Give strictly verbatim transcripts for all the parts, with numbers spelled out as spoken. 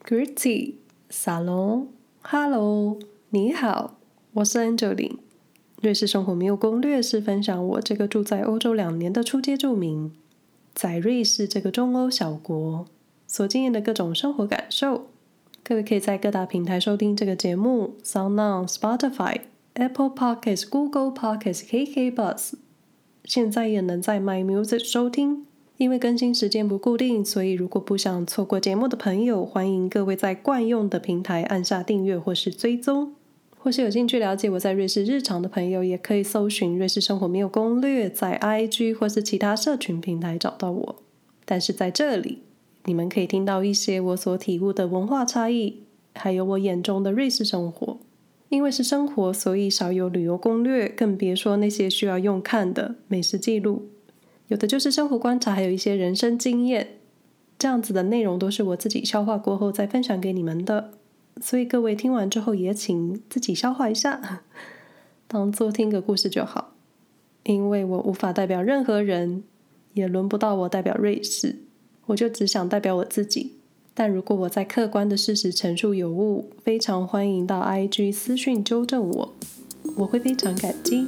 Grüezi, Salon, Hello, 你好，我是 Angeline。瑞士生活没有攻略是分享我这个住在欧洲两年的初阶住民，在瑞士这个中欧小国所经验的各种生活感受。各位可以在各大平台收听这个节目 SoundOn、Spotify、Apple Podcasts、Google Podcasts、K K Bus， 现在也能在 My Music 收听。因为更新时间不固定，所以如果不想错过节目的朋友，欢迎各位在惯用的平台按下订阅或是追踪。或是有兴趣了解我在瑞士日常的朋友，也可以搜寻瑞士生活没有攻略，在 I G 或是其他社群平台找到我。但是在这里，你们可以听到一些我所体悟的文化差异，还有我眼中的瑞士生活。因为是生活，所以少有旅游攻略，更别说那些需要用看的美食记录。有的就是生活观察，还有一些人生经验，这样子的内容都是我自己消化过后再分享给你们的，所以各位听完之后也请自己消化一下，当做听个故事就好。因为我无法代表任何人，也轮不到我代表瑞士，我就只想代表我自己。但如果我在客观的事实陈述有误，非常欢迎到 I G 私讯纠正我，我会非常感激。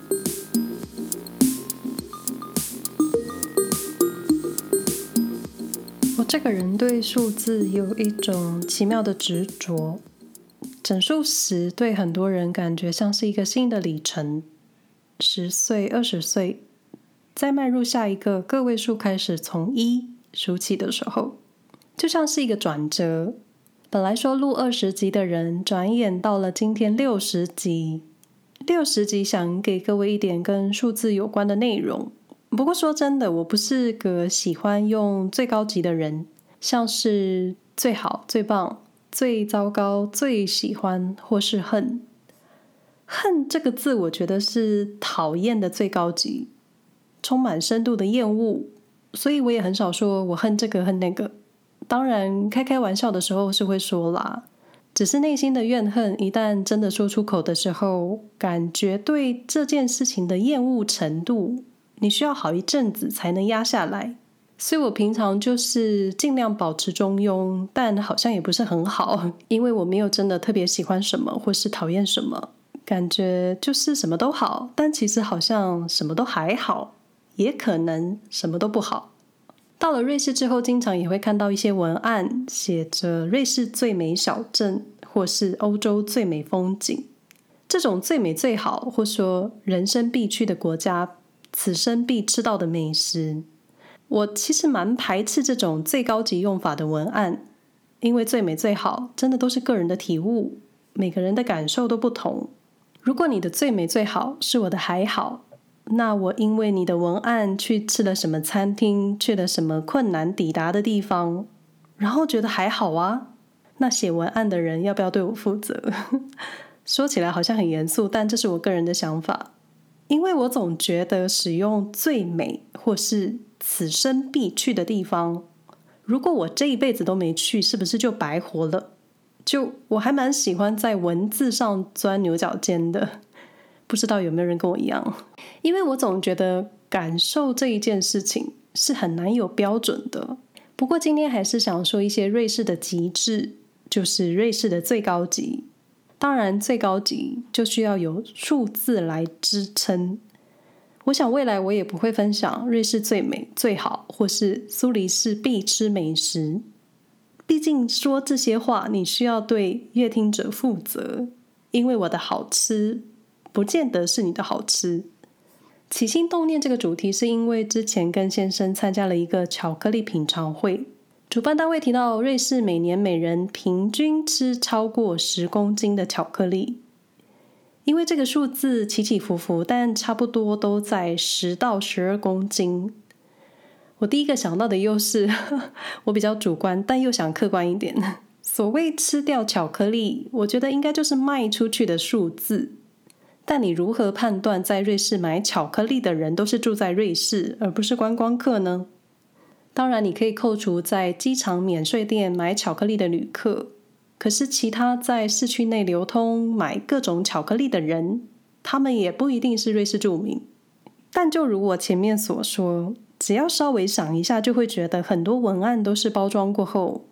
我这个人对数字有一种奇妙的执着，整数十对很多人感觉像是一个新的里程，十岁、二十岁，在迈入下一个个位数开始从一数起的时候，就像是一个转折。本来说录二十集的人，转眼到了今天六十集，六十集想给各位一点跟数字有关的内容。不过说真的，我不是个喜欢用最高级的人，像是最好、最棒、最糟糕、最喜欢或是恨。恨这个字我觉得是讨厌的最高级，充满深度的厌恶，所以我也很少说我恨这个恨那个。当然开开玩笑的时候是会说啦，只是内心的怨恨一旦真的说出口的时候，感觉对这件事情的厌恶程度你需要好一阵子才能压下来，所以我平常就是尽量保持中庸，但好像也不是很好，因为我没有真的特别喜欢什么或是讨厌什么，感觉就是什么都好，但其实好像什么都还好，也可能什么都不好。到了瑞士之后，经常也会看到一些文案写着瑞士最美小镇或是欧洲最美风景，这种最美最好或说人生必去的国家，此生必吃到的美食。我其实蛮排斥这种最高级用法的文案，因为最美最好真的都是个人的体悟，每个人的感受都不同。如果你的最美最好是我的还好，那我因为你的文案去吃了什么餐厅，去了什么困难抵达的地方，然后觉得还好啊，那写文案的人要不要对我负责？说起来好像很严肃，但这是我个人的想法。因为我总觉得使用最美或是此生必去的地方，如果我这一辈子都没去，是不是就白活了？就我还蛮喜欢在文字上钻牛角尖的，不知道有没有人跟我一样？因为我总觉得感受这一件事情是很难有标准的。不过今天还是想说一些瑞士的极致，就是瑞士的最高级。当然最高级就需要有数字来支撑。我想未来我也不会分享瑞士最美最好或是苏黎世必吃美食，毕竟说这些话你需要对乐听者负责，因为我的好吃不见得是你的好吃。起心动念这个主题是因为之前跟先生参加了一个巧克力品尝会，主办单位提到瑞士每年每人平均吃超过十公斤的巧克力，因为这个数字起起伏伏，但差不多都在十到十二公斤。我第一个想到的又是我比较主观但又想客观一点，所谓吃掉巧克力，我觉得应该就是卖出去的数字，但你如何判断在瑞士买巧克力的人都是住在瑞士而不是观光客呢？当然你可以扣除在机场免税店买巧克力的旅客，可是其他在市区内流通买各种巧克力的人，他们也不一定是瑞士住民。但就如我前面所说，只要稍微想一下就会觉得很多文案都是包装过后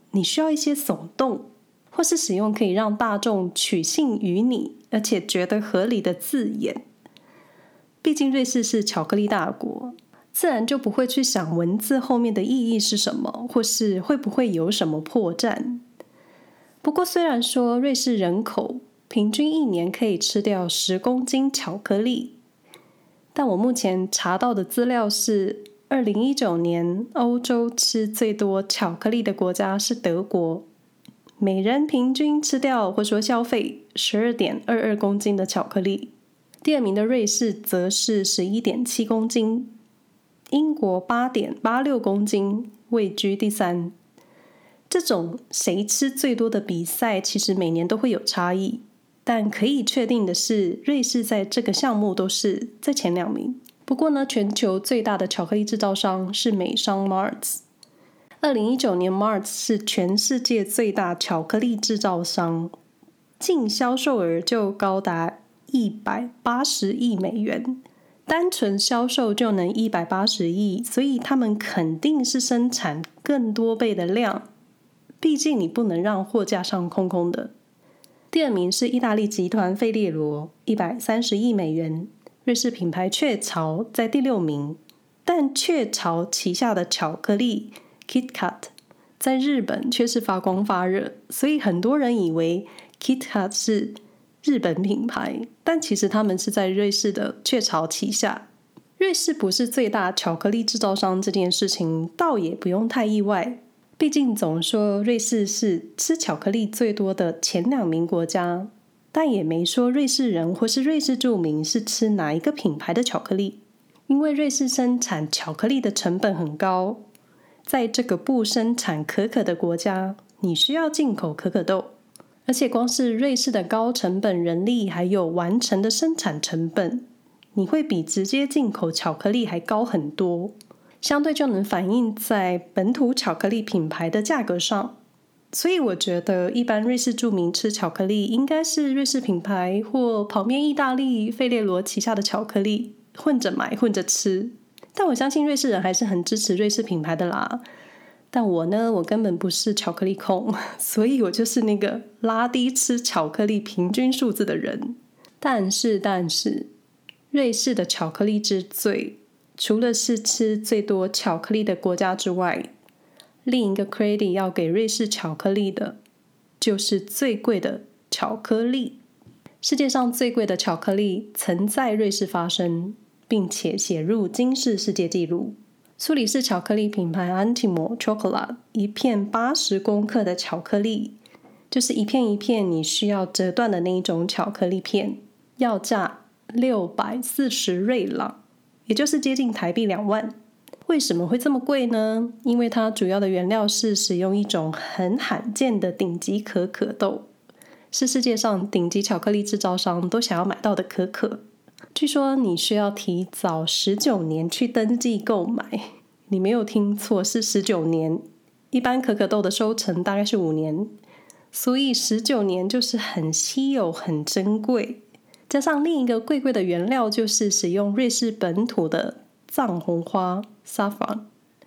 你需要一些耸动，或是使用可以让大众取信于你而且觉得合理的字眼。毕竟瑞士是巧克力大国，自然就不会去想文字后面的意义是什么，或是会不会有什么破绽。不过虽然说瑞士人口平均一年可以吃掉十公斤巧克力，但我目前查到的资料是二零一九年欧洲吃最多巧克力的国家是德国，每人平均吃掉或说消费 十二点二二公斤的巧克力。第二名的瑞士则是 十一点七公斤，英国 八点八六公斤位居第三。这种谁吃最多的比赛其实每年都会有差异，但可以确定的是瑞士在这个项目都是在前两名。不过呢，全球最大的巧克力制造商是美商 Mars。 二零一九年 Mars 是全世界最大巧克力制造商，净销售额就高达一百八十亿美元，单纯销售就能一百八十亿，所以他们肯定是生产更多倍的量，毕竟你不能让货架上空空的。第二名是意大利集团费列罗，一百三十亿美元。瑞士品牌雀巢在第六名，但雀巢旗下的巧克力 KitKat 在日本却是发光发热，所以很多人以为 KitKat 是日本品牌，但其实他们是在瑞士的雀巢旗下。瑞士不是最大巧克力制造商这件事情倒也不用太意外，毕竟总说瑞士是吃巧克力最多的前两名国家，但也没说瑞士人或是瑞士住民是吃哪一个品牌的巧克力。因为瑞士生产巧克力的成本很高，在这个不生产可可的国家，你需要进口可可豆，而且光是瑞士的高成本人力还有完成的生产成本，你会比直接进口巧克力还高很多，相对就能反映在本土巧克力品牌的价格上。所以我觉得一般瑞士住民吃巧克力应该是瑞士品牌或旁边意大利费列罗旗下的巧克力混着买混着吃，但我相信瑞士人还是很支持瑞士品牌的啦。但我呢，我根本不是巧克力控，所以我就是那个拉低吃巧克力平均数字的人。但是但是瑞士的巧克力之最，除了是吃最多巧克力的国家之外，另一个 credit 要给瑞士巧克力的就是最贵的巧克力。世界上最贵的巧克力曾在瑞士发生，并且写入金氏世界纪录。苏黎世巧克力品牌 Antimo Chocolate 一片八十公克的巧克力，就是一片一片你需要折断的那一种巧克力片，要价六百四十瑞郎，也就是接近台币两万。为什么会这么贵呢？因为它主要的原料是使用一种很罕见的顶级可可豆，是世界上顶级巧克力制造商都想要买到的可可。据说你需要提早十九年去登记购买，你没有听错，是十九年。一般可可豆的收成大概是五年，所以十九年就是很稀有很珍贵。加上另一个贵贵的原料就是使用瑞士本土的藏红花 Saffron。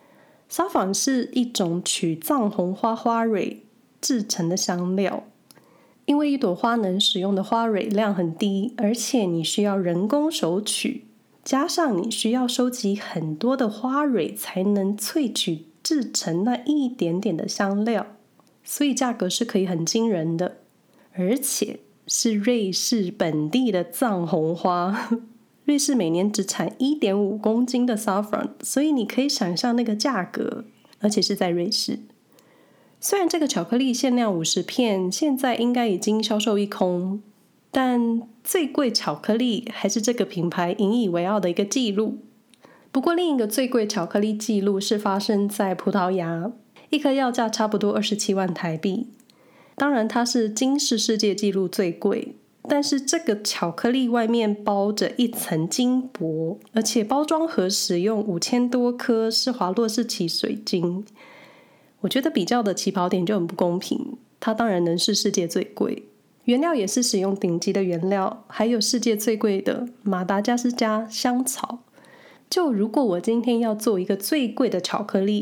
Saffron 是一种取藏红花花蕊制成的香料，因为一朵花能使用的花蕊量很低，而且你需要人工手取，加上你需要收集很多的花蕊才能萃取制成那一点点的香料，所以价格是可以很惊人的，而且是瑞士本地的藏红花。瑞士每年只产 一点五公斤的 saffron， 所以你可以想象那个价格，而且是在瑞士。虽然这个巧克力限量五十片，现在应该已经销售一空，但最贵巧克力还是这个品牌引以为傲的一个记录。不过另一个最贵巧克力记录是发生在葡萄牙，一颗要价差不多二十七万台币。当然它是金氏世界纪录最贵，但是这个巧克力外面包着一层金箔，而且包装盒使用五千多颗是滑落式起水晶。我觉得比较的起跑点就很不公平，它当然能是世界最贵，原料也是使用顶级的原料，还有世界最贵的马达加斯加香草。就如果我今天要做一个最贵的巧克力，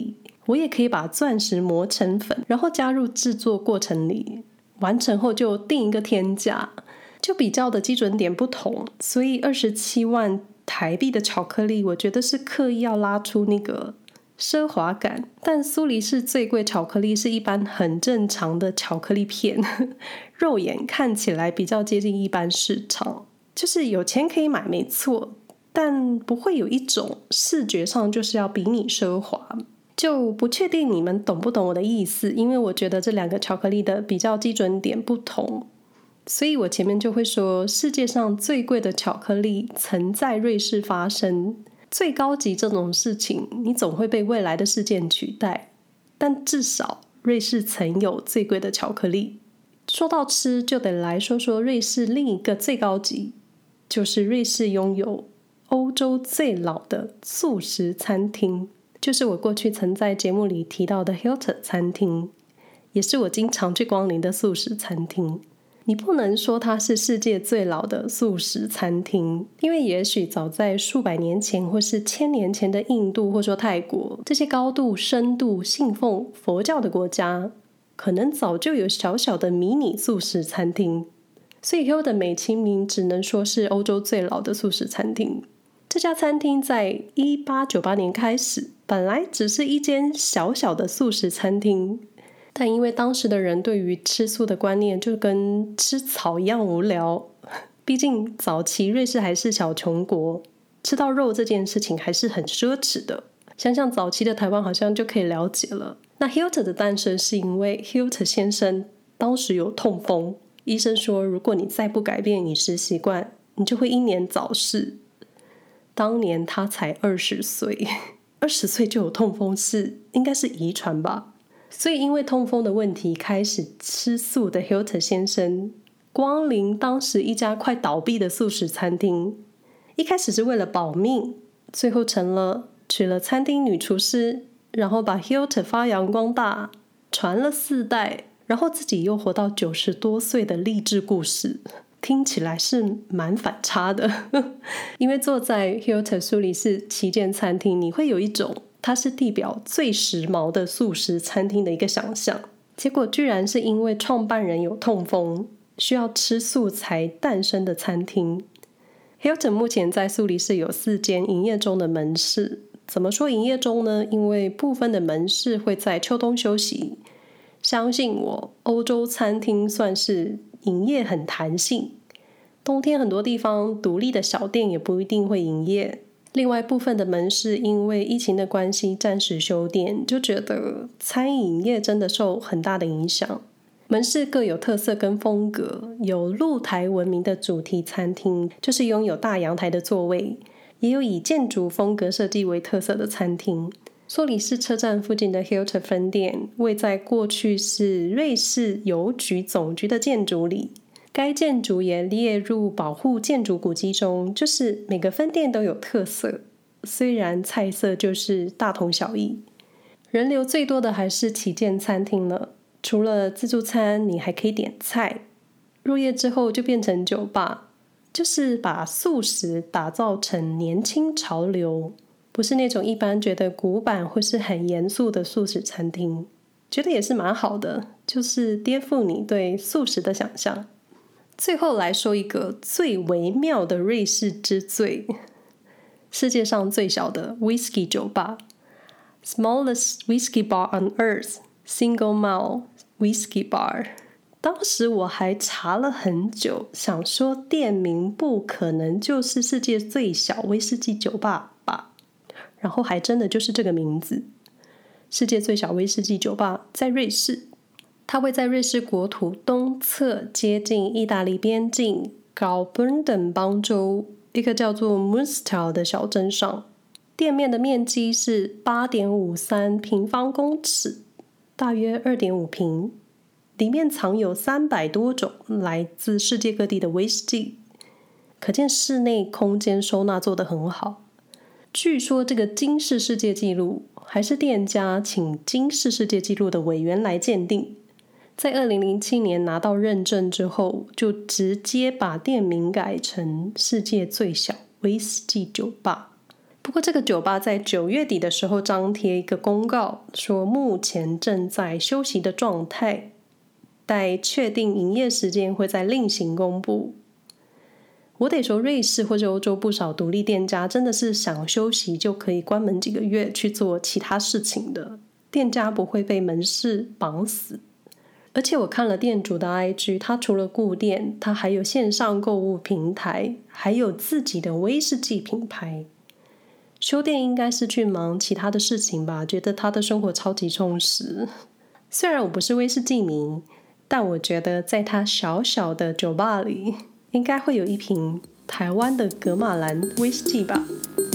我也可以把钻石磨成粉，然后加入制作过程里，完成后就定一个天价。就比较的基准点不同，所以二十七万台币的巧克力，我觉得是刻意要拉出那个奢华感。但苏黎世最贵巧克力是一般很正常的巧克力片，肉眼看起来比较接近一般市场，就是有钱可以买没错，但不会有一种视觉上就是要比你奢华。就不确定你们懂不懂我的意思，因为我觉得这两个巧克力的比较基准点不同，所以我前面就会说，世界上最贵的巧克力曾在瑞士发生。最高级这种事情，你总会被未来的事件取代，但至少瑞士曾有最贵的巧克力。说到吃，就得来说说瑞士另一个最高级，就是瑞士拥有欧洲最老的素食餐厅，就是我过去曾在节目里提到的 Hilton 餐厅，也是我经常去光临的素食餐厅。你不能说它是世界最老的素食餐厅，因为也许早在数百年前或是千年前的印度或说泰国，这些高度深度信奉佛教的国家，可能早就有小小的迷你素食餐厅。所以 Hilton 美其名只能说是欧洲最老的素食餐厅。这家餐厅在一八九八年开始，本来只是一间小小的素食餐厅，但因为当时的人对于吃素的观念就跟吃草一样无聊，毕竟早期瑞士还是小穷国，吃到肉这件事情还是很奢侈的。想想早期的台湾好像就可以了解了。那 Hilton 的诞生是因为 Hilton 先生当时有痛风，医生说如果你再不改变饮食习惯，你就会英年早逝。当年他才二十岁，二十岁就有痛风是应该是遗传吧。所以因为痛风的问题开始吃素的 Hilton 先生光临当时一家快倒闭的素食餐厅，一开始是为了保命，最后成了娶了餐厅女厨师，然后把 Hilton 发扬光大，传了四代，然后自己又活到九十多岁的励志故事。听起来是蛮反差的因为坐在 Hilton 苏黎世旗舰餐厅，你会有一种它是地表最时髦的素食餐厅的一个想象，结果居然是因为创办人有痛风，需要吃素才诞生的餐厅。Hilton 目前在苏黎世有四间营业中的门市。怎么说营业中呢？因为部分的门市会在秋冬休息。相信我，欧洲餐厅算是营业很弹性，冬天很多地方独立的小店也不一定会营业。另外部分的门市因为疫情的关系暂时休店，就觉得餐饮业真的受很大的影响。门市各有特色跟风格，有露台闻名的主题餐厅，就是拥有大阳台的座位，也有以建筑风格设计为特色的餐厅。苏黎世车站附近的 Hilton 分店位在过去是瑞士邮局总局的建筑里，该建筑也列入保护建筑古迹中，就是每个分店都有特色，虽然菜色就是大同小异。人流最多的还是旗舰餐厅了，除了自助餐你还可以点菜，入夜之后就变成酒吧，就是把素食打造成年轻潮流，不是那种一般觉得古板或是很严肃的素食餐厅，觉得也是蛮好的，就是颠覆你对素食的想象。最后来说一个最微妙的瑞士之最，世界上最小的 Whisky 酒吧， Smallest Whisky Bar on Earth Single Malt Whisky Bar。 当时我还查了很久，想说店名不可能就是世界最小威士忌酒吧吧，然后还真的就是这个名字，世界最小威士忌酒吧在瑞士。它位在瑞士国土东侧，接近意大利边境 Graubünden 邦州一个叫做 Münster 的小镇上。店面的面积是 八点五三平方公尺，大约 二点五平，里面藏有三百多种来自世界各地的威士忌，可见室内空间收纳做得很好。据说这个金氏世界纪录还是店家请金氏世界纪录的委员来鉴定，在二零零七年拿到认证之后，就直接把店名改成世界最小威士忌酒吧。不不过这个酒吧在九月底的时候张贴一个公告，说目前正在休息的状态，待确定营业时间会再另行公布。我得说，瑞士或者欧洲不少独立店家真的是想休息就可以关门几个月去做其他事情的，店家不会被门市绑死。而且我看了店主的 I G， 他除了顾店，他还有线上购物平台，还有自己的威士忌品牌。休店应该是去忙其他的事情吧，觉得他的生活超级充实。虽然我不是威士忌迷，但我觉得在他小小的酒吧里应该会有一瓶台湾的噶玛兰威士忌吧。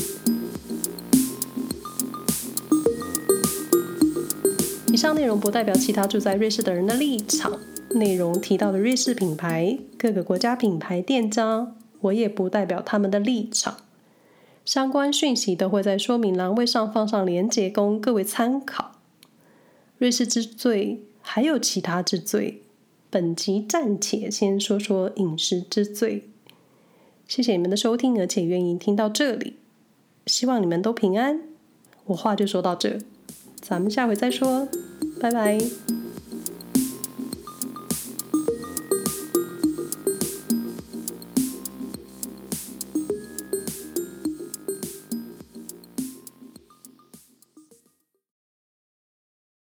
以上内容不代表其他住在瑞士的人的立场，内容提到的瑞士品牌、各个国家品牌店家，我也不代表他们的立场。相关讯息都会在说明栏位上放上连结供各位参考。瑞士之最还有其他之最，本集暂且先说说饮食之最。谢谢你们的收听，而且愿意听到这里，希望你们都平安。我话就说到这，咱们下回再说，拜拜。